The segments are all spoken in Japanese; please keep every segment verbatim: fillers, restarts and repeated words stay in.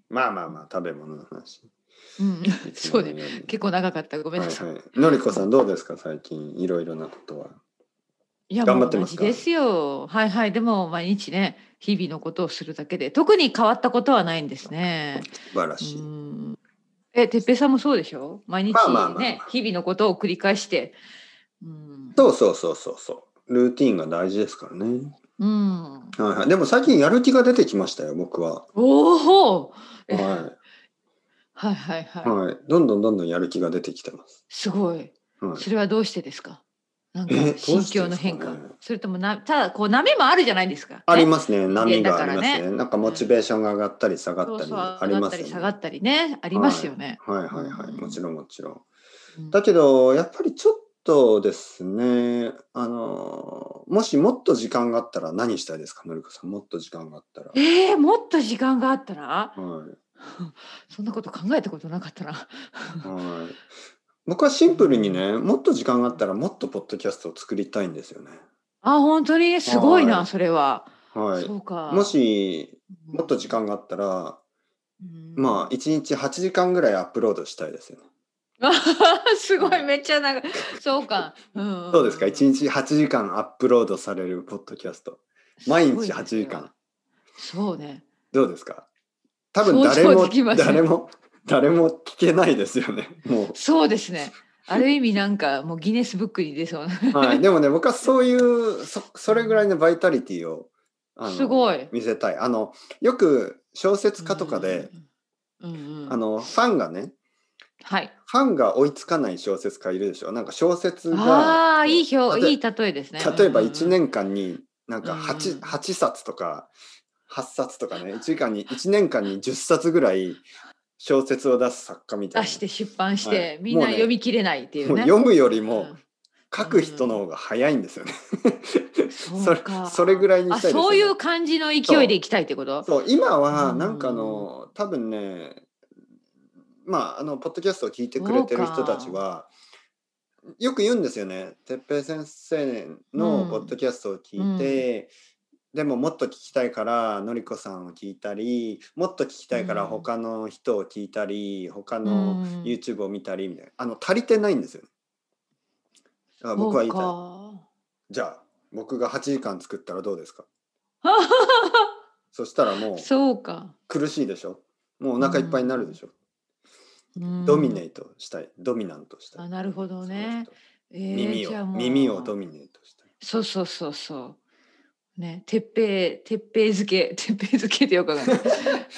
まあまあまあ食べ物の話。 うん、そうね。結構長かった。ごめんなさい。 はいはい、のりこさんどうですか最近いろいろなことは。 いやもう同じですよ。はいはい。でも毎日ね、日々のことをするだけで特に変わったことはないんですね。 素晴らしい。 うん。え、てっぺいさんもそうでしょ？毎日ね、まあまあまあまあ、日々のことを繰り返して。 うん、そうそうそうそうそう。ルーティンが大事ですからね。 うん。 はいはい。でも最近やる気が出てきましたよ僕は。 おお。 はい。 はいはいはい。 はい。どんどんどんどんやる気が出てきてます。 すごい。はい、それはどうしてですか？なんか心境の変化、ね、それともなただこう波もあるじゃないですか、ね、 ありますね。波がありますね。なんかモチベーションが上がったり下がったりありますよね。 上がったり下がったりね、ありますよね。 はい、はいはいはい、もちろんもちろん。うん、だけどやっぱりちょっとですね、あのもしもっと時間があったら何したいですか、のりこさん。もっと時間があったら。 えー、もっと時間があったら、 はい、 そんなこと考えたことなかったな。 はい。僕はシンプルにね、もっと時間があったらもっとポッドキャストを作りたいんですよね。 あ、本当にすごいな、はい、それは。 はい。 そうか。 もしもっと時間があったら、うん、まあいちにちはちじかんぐらいアップロードしたいですよね。 すごい、めっちゃ長い。そうか。 うん、どうですか、いちにちはちじかんアップロードされるポッドキャスト。毎日はちじかん。 そうね。 どうですか。多分誰も誰も誰も聞けないですよね。もう。 そうですね。ある意味なんかもうギネスブックに出そうな。 はい。でもね、僕はそういうそそれぐらいのバイタリティをあのすごい見せたい。あのよく小説家とかで、うんうん、あのファンがね、 はい、 ファンが追いつかない小説家いるでしょ。なんか小説が、 ああ、いい表、いい例えですね。 例えばいちねんかんになんか 8, 8冊とかはっさつとかね、いちねんかんにじゅっさつぐらい小説を出す作家みたいな。 出して出版して、はい、みんな読み切れないっていうね。 もう読むよりも書く人の方が早いんですよね。それそれぐらいにしたいですよね。 そういう感じの勢いでいきたいってこと？ そう、今はなんかあの多分ね、まああのポッドキャストを聞いてくれてる人たちはよく言うんですよね。哲平先生のポッドキャストを聞いて、うん、でももっと聞きたいからのりこさんを聞いたり、もっと聞きたいから他の人を聞いたり、うん、他の YouTube を見たりみたいな、あの足りてないんですよ。だから僕は言いたい。じゃあ僕がはちじかん作ったらどうですか？そしたらもうそうか、 苦しいでしょ。もうお腹いっぱいになるでしょ。ドミネートしたい、ドミナントしたい。 あ、なるほどね。 えー、耳を耳をドミネートしたい。 そうそうそうそう。ね、てっぺいてっぺい漬けてっぺい漬けってよくわかんない。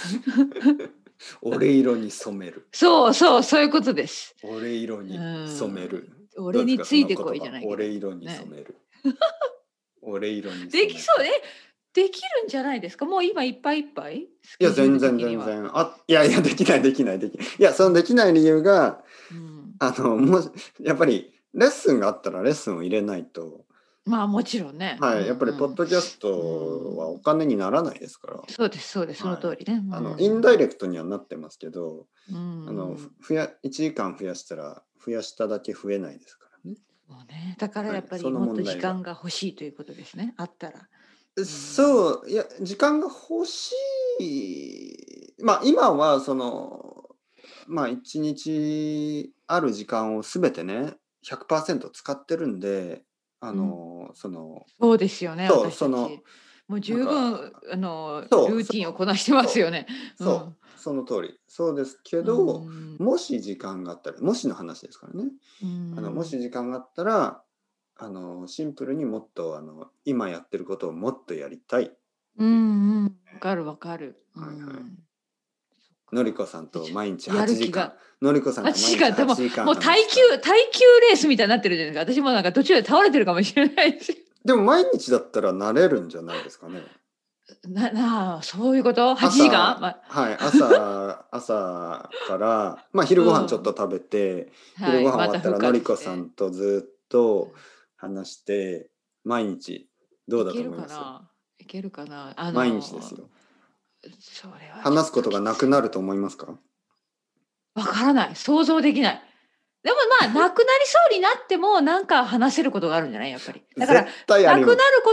俺色に染める。 そうそうそういうことです。 俺色に染める。 俺についてこいじゃないけど。 俺色に染める。ね、俺色に染める。 できそうね。できるんじゃないですか。もう今いっぱいいっぱい。いや全然全然。あ、いやいやできないできないできない。いやそのできない理由が、うん、あのもうやっぱりレッスンがあったらレッスンを入れないと。 まあもちろんね。 はい、やっぱりポッドキャストはお金にならないですから。うん、 そうですそうです、その通りね。はい、 あのインダイレクトにはなってますけど、うん、あの増やいちじかん増やしたら増やしただけ増えないですからね。 そうね。だからやっぱりもっと時間が欲しいということですね。あったら。 そういや時間が欲しい。まあ今はそのまあ一日ある時間をすべてね ひゃくパーセント 使ってるんで、あの、うん、そのそうですよね。 そう私たちそのもう十分あのルーティンをこなしてますよね。 そう、そう、うん、その通りそうですけど、うん、もし時間があったら、もしの話ですからね、うん、あのもし時間があったらあのシンプルにもっとあの今やってることをもっとやりたい。 うんうん、わかるわかる。 はいはい。のりこさんと毎日はちじかん。のりこさんと毎日はちじかん。もう耐久耐久レースみたいになってるじゃないですか。私もなんか途中で倒れてるかもしれないし。 でも毎日だったら慣れるんじゃないですかね。 ななあ、そういうこと？はちじかん？ ま、はい、朝朝からまあ昼ご飯ちょっと食べて、うん、昼ご飯終わったらのりこさんとずっと話して毎日どうだと思います？ いけるかな？いけるかな？あのー、 毎日ですよ。 それは話すことがなくなると思いますか？ わからない。想像できない。でもまあなくなりそうになってもなんか話せることがあるんじゃない？やっぱり。だからなくなること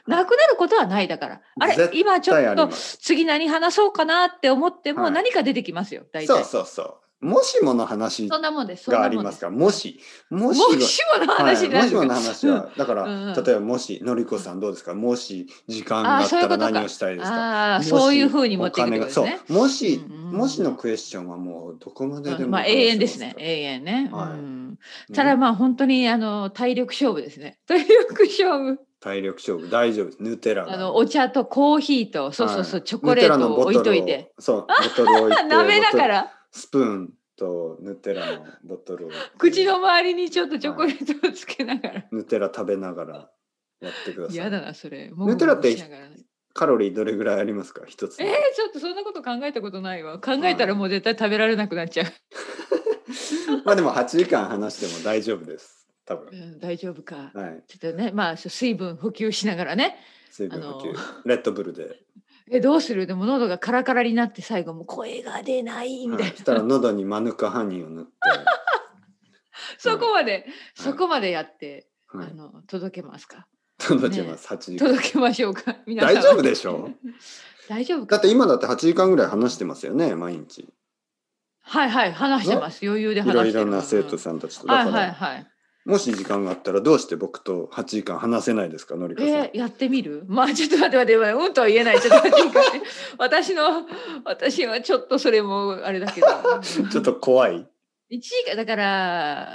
なくなることはないだから。あれ、 絶今ちょ対あっとります。 次何話そうかなって思ってもはい。 何か出てきますよ、大そう体。 そうそう。もしものそ話んなもんです、そんがあなもんです。 りますから、もはい。 し、ももしが、 しものはい、 話になるんもしものですか。 話は、だかうんら、 うん。 例えばもし、のりこさんどうですか？もし時間ああ、 があっそういうたら何をことか。 したいですか？ ああ、 もそういうふしうに持っていくってお金が、そことですね。 う、もうんうし、もしのんクエスチョンはもうどこまでうん。うん、まあ永でも話遠ですね。 せますから。 永遠ね。うはん。 い。 ただね。 まあ本当にあの体力勝負ですね。体力勝負。 体力勝負、大丈夫です。ヌテラあのがあるんで。 お茶とコーヒーと、そうそうはそう、チョい。ヌコレーテラのボトを置いトルを、 といて。 そう、ボトルを置い舐て、 めボトル、 ながら。 スプーンとヌテラのボトルを置い口のて、 周りにちょっとチョコはい。 レートをつけながら。 ヌテラ食べながらやってください。 嫌だな、それ。もぐもぐヌテラってしながらね。 カロリーどれぐらいありますか？一つえー、 の。 ちょっとそんなこと考えたことないわ。考えたらはもう絶対食べられなくなっちゃう。 い。まあでもはちじかん話しても大丈夫です。多分。 うん、大丈夫か。 はい。 ちょっとね、まあそう水分補給しながらね。 水あの、 分補給。レッドブルで。 え、どうする？でも喉がカラカラになって最後もう声が出ないみたはい。 いしたらな。 喉にマヌカハニーを塗って。 そはい。 こまで、 はい。 そこまでやって、 はい。 あの、届けますか。ね届けます。はちえ、 じかん。 届けましょうか、皆大丈夫様に。 でしょ？ 大丈夫だかな。 って今だってはちじかんぐらい話してますよね、毎日。 はいはい、話してね。 ます。余裕でいろ話してる。うんういろな生徒ん。 さんたちと。だはいから、 はいはい。 もし時間があったらどうして僕とはちじかん話せないですか、のりこさん。 えー、やってみる？まあちょっと待って待って待って、うんとは言えない。ちょっと待ってかね。私の、私はちょっとそれもあれだけど。 ちょっと怖い。 いちじかんだから、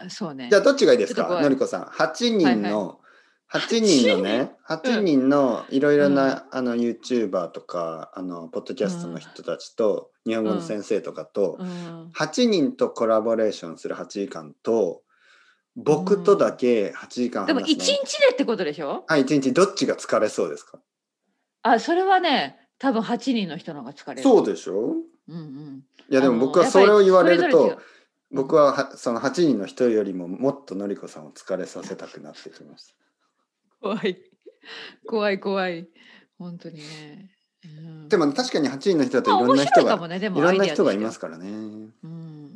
そうじゃあね。 どっちがいいですか、 ちょっと怖い。 のりこさん。はちにはいはい。 んの、8 はち人のにん。 ね、8 うん。 人のいろいろうん。 なあの YouTuber とか、あの、ポッドキャストのうん。 人たちと、日本語のうん。 先生とかと、 うん。 はちにんとコラボレーションするはちじかんと、 う僕とだん。 けはちじかんでも話す 1 の。 日でってことでしょ？ はい、いちにちどっちが疲れそうですか？ あ、それはね、多分はちにんの人の方が疲れる。 そうでしょ？ うんうん。 いやでも僕あの、 はやっぱりそれを言わそれぞれ違う。 れると、 うん。 僕ははそのはちにんの人よりももっとのりこさんを疲れさせたくなってきました。 怖い。怖い怖い。本当にね。うん。 でも確かにはちにんの人だとまあ、 いろん面な人が白いかもね、でいろんなもアイデアとしては。 人がいますからね。 うん。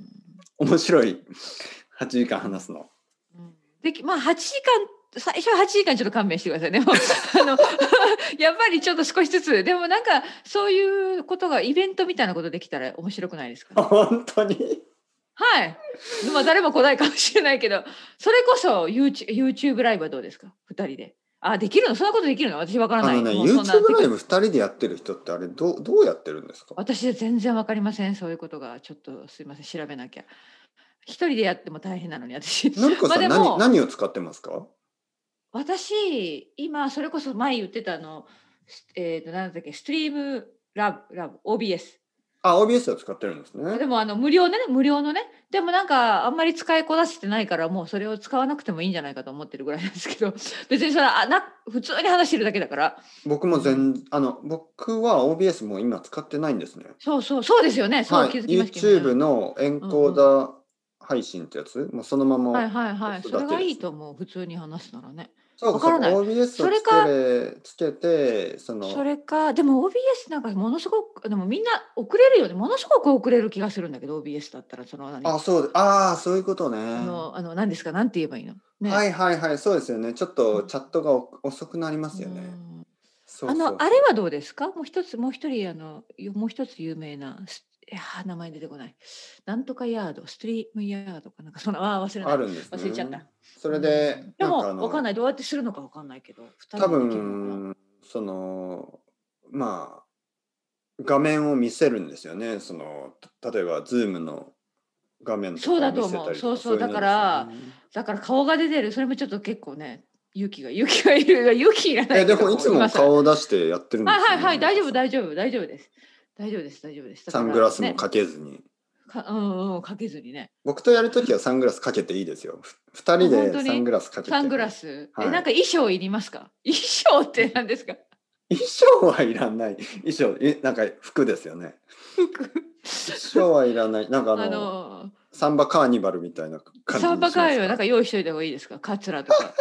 面白いはちじかん話すの。 うん。できまあ、はちじかん最初ははちじかんちょっと勘弁してくださいね。もう、あの、やっぱりちょっと少しずつ、でもなんか、そういうことがイベントみたいなことできたら面白くないですか？ 本当に？ はい。まあ、誰も来ないかもしれないけど、それこそユーチュ YouTube ライブはどうですか？ふたりで。あ、できるの？そんなことできるの？私わからない。 あのね、 もうそんな YouTube ライ適当。 ブふたりでやってる人ってあれどうどうやってるんですか？ 私全然わかりません。そういうことがちょっとすいません、調べなきゃ。一人でやっても大変なのに、私。 のりこま、 さん何でも、 何を使ってますか？ 私、今それこそ前言ってたあの、すえっとなんだっけ、ストリームラブラブ、オービーエス。 あ、オービーエス を使ってるんですね。 でもあの無料でね、無料のね。でもなんかあんまり使いこなせてないから、もうそれを使わなくてもいいんじゃないかと思ってるぐらいなんですけど、別にそれは、あ、な普通に話してるだけだから。 僕もうん。 全あの僕は オービーエス も今使ってないんですね。 そうそう、そうですよね。そう、 はい、 気づきました、う YouTube ん。 のエンうんうん。 コーダー配信ってやつ、もうそのままはい押はいはい。 すそれがいだけです。 いと思う、普通に話すならね。 そうそう、 わからない。 オービーエス をつけそれかれつけて、そその、 れか、でも オービーエス なんかものすごく、でもみんな遅れるよね。ものすごく遅れる気がするんだけど、オービーエス だったら、その何、 あ、そうで、ああ、そういうことね。 あの、あの、何ですか、なんて言えばいいの？ はね。 いはいはい、そうですよね。ちょっうとチャットがお遅くなりまん。 すよね。 うん。 そうあの、 そうそう。 あれはどうですか？もう一つ、もう一人、あの、よもう一つ有名な、すいやー、名前出てこない。なんとかヤード、ストリームヤードかなんか、その、ああ、忘れない。 あるんですね。 忘れちゃった。 それうん。 で、なんかあでも、わかんなの、 い。どうやってするのかわかんないけど、二多人でできるのかな？ 分、その、まあ、画面を見せるんですよね。その、た例えば Zoom の画面とそうかを見だと思う。 せたりとか、 そうそう。だそういうのですよからね。 だから顔が出てる、それもちょっと結構ね、勇気が勇気がいる勇気いらなえ、 いけど、 でもいつももう今更。 顔を出してやってるんですよね、 はいはいはい、大丈夫のりこさん。 大丈夫大丈夫です。大丈夫です大丈夫です。だかサングラらね、 スもかけずに。 かうんうん、かけずにね。 僕とやるときはサングラスかけていいですよ。ふ二あ、 人本当に？ でサングラスかけサングラて。 ス。え、 はい。 なんか衣装いりますか？衣装って何ですか？ 衣装はいらない。衣装、え、なんか服ですよね。 服。 衣装はいらない。なんかああの、 の、 サンバカーニバルみたいな感じサンにバカールはなんしますか？ か用意しといた方がいいですか？カツラとか。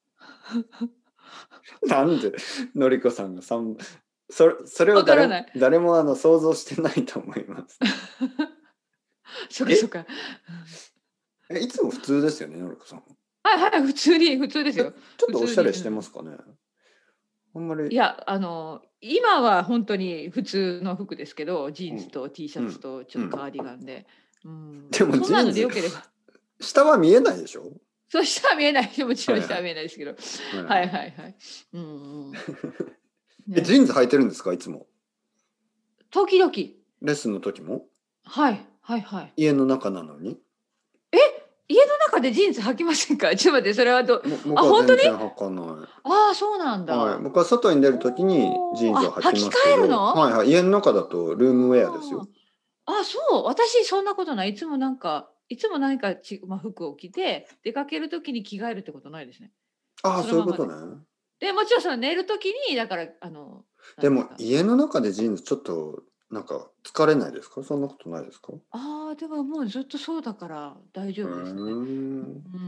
なんで、のりこさんがサン、それ、それを誰も、 わからない。 誰もあの想像してないと思います。え、 そっかそっか。 え、いつも普通ですよね、のりこさん。 はいはい、普通に普通ですえ、 よ。 ちょっとおしゃ普通に。 れしてまうん。 すかね。 あんまり。 いや、あの、今は本当に普通の服ですけど、ジーンズと T シャツとちょっとカーディガンで。うん。 でもそんなのでジーンズよければ。 下は見えないでしょ。 そう下は見えないし、もちろんはいはい下は見えないですけど。 はいはいはいはい。うんうん。 え、ジね。 ーンズ履いてるんですかいつも。 時々。 レッスンの時もはいはいはい。 家の中なのに。 え、家の中でジーンズ履きませんか？ちょっと待って、それはどもあ、 僕は本当に？ 全然履かない。 ああ、そうなんはい、 だ。 僕は外に出る時にジーおお、あ、 ンズを履き履き替ますけど、 えるの？ はいはい、家の中だとルームウェアですよ。 ああ。あ、そう、私そんなことない。いつもなんかいつも何かちま、服を着て、出かける時に着替えるってことないですね。 ああ、 そのままで。 そういうことね。 で、もちろんその寝る時に、だからあの、なでもんですか。 家の中でジーンズちょっとなんか疲れないですか？そんなことないですか？ ああ、でももうずっとそうだから大丈うー夫ですね。 ん。 うんうん。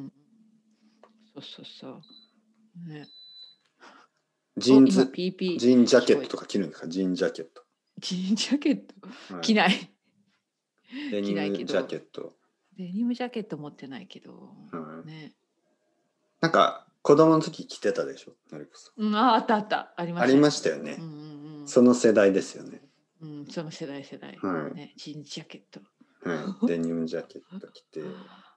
そうそうそう。ね。お、今ジーンズ、 ピーピージーンジャ聞こえた。 ケットとか着るんですか？ジーンジャケット。 ジーンジャケットはい。 着ない。 デ着ニムジャないけど、 ケット。 デニムジャケット持ってないけど、 はい。 ね。 なんか子供の時着てたでしょ、のりこさん。 うん、あ、あったあった、ありまありましたね。 したよね。 うんうんその世代ですよね。 うん。うん、その世代世代。 はい。 ね、ジーンズジャケット。 はい。デニムジャケット着て。